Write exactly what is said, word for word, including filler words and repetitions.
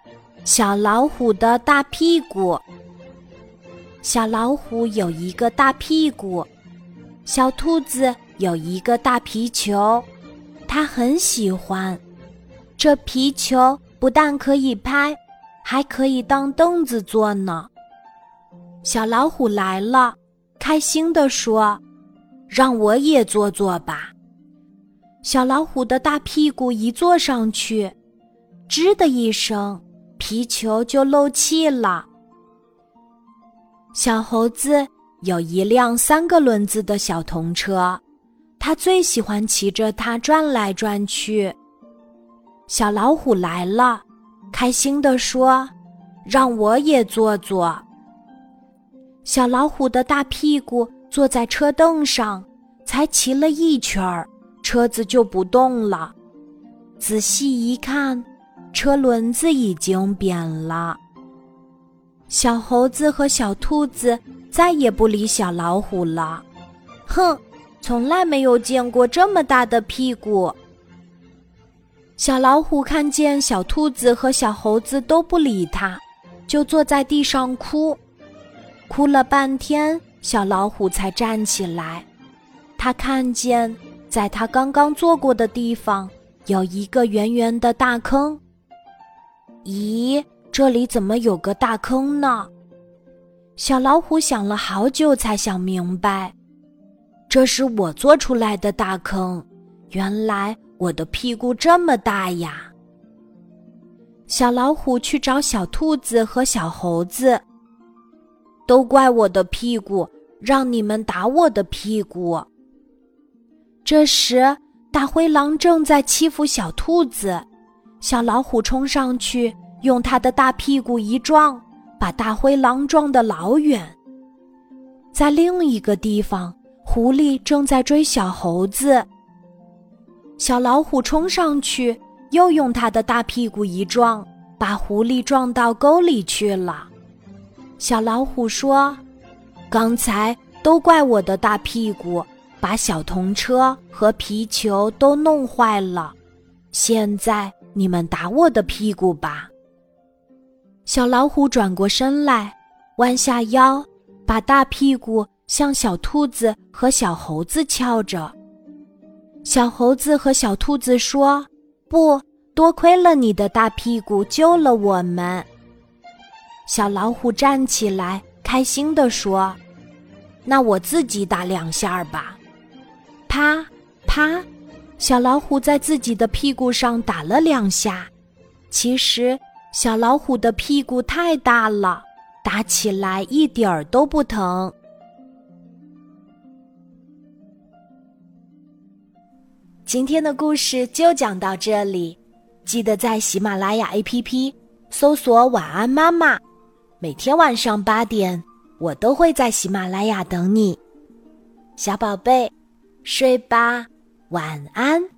小老虎的大屁股。小老虎有一个大屁股，小兔子有一个大皮球，它很喜欢。这皮球不但可以拍，还可以当凳子坐呢。小老虎来了，开心地说：“让我也坐坐吧。”小老虎的大屁股一坐上去，吱的一声，皮球就漏气了。小猴子有一辆三个轮子的小童车，他最喜欢骑着它转来转去。小老虎来了，开心地说：“让我也坐坐。”小老虎的大屁股坐在车凳上，才骑了一圈儿，车子就不动了。仔细一看，车轮子已经扁了。小猴子和小兔子再也不理小老虎了。哼，从来没有见过这么大的屁股。小老虎看见小兔子和小猴子都不理它，就坐在地上哭。哭了半天，小老虎才站起来。他看见在他刚刚坐过的地方有一个圆圆的大坑。咦，这里怎么有个大坑呢？小老虎想了好久才想明白，这是我做出来的大坑，原来我的屁股这么大呀。小老虎去找小兔子和小猴子，都怪我的屁股，让你们打我的屁股。这时大灰狼正在欺负小兔子，小老虎冲上去，用它的大屁股一撞，把大灰狼撞得老远。在另一个地方，狐狸正在追小猴子，小老虎冲上去，又用它的大屁股一撞，把狐狸撞到沟里去了。小老虎说：“刚才都怪我的大屁股，把小童车和皮球都弄坏了，现在你们打我的屁股吧。”小老虎转过身来，弯下腰，把大屁股向小兔子和小猴子翘着。小猴子和小兔子说：“不，多亏了你的大屁股救了我们。”小老虎站起来，开心地说：“那我自己打两下吧。”啪啪，小老虎在自己的屁股上打了两下。其实小老虎的屁股太大了，打起来一点儿都不疼。今天的故事就讲到这里，记得在喜马拉雅 A P P 搜索晚安妈妈，每天晚上八点，我都会在喜马拉雅等你。小宝贝，睡吧，晚安。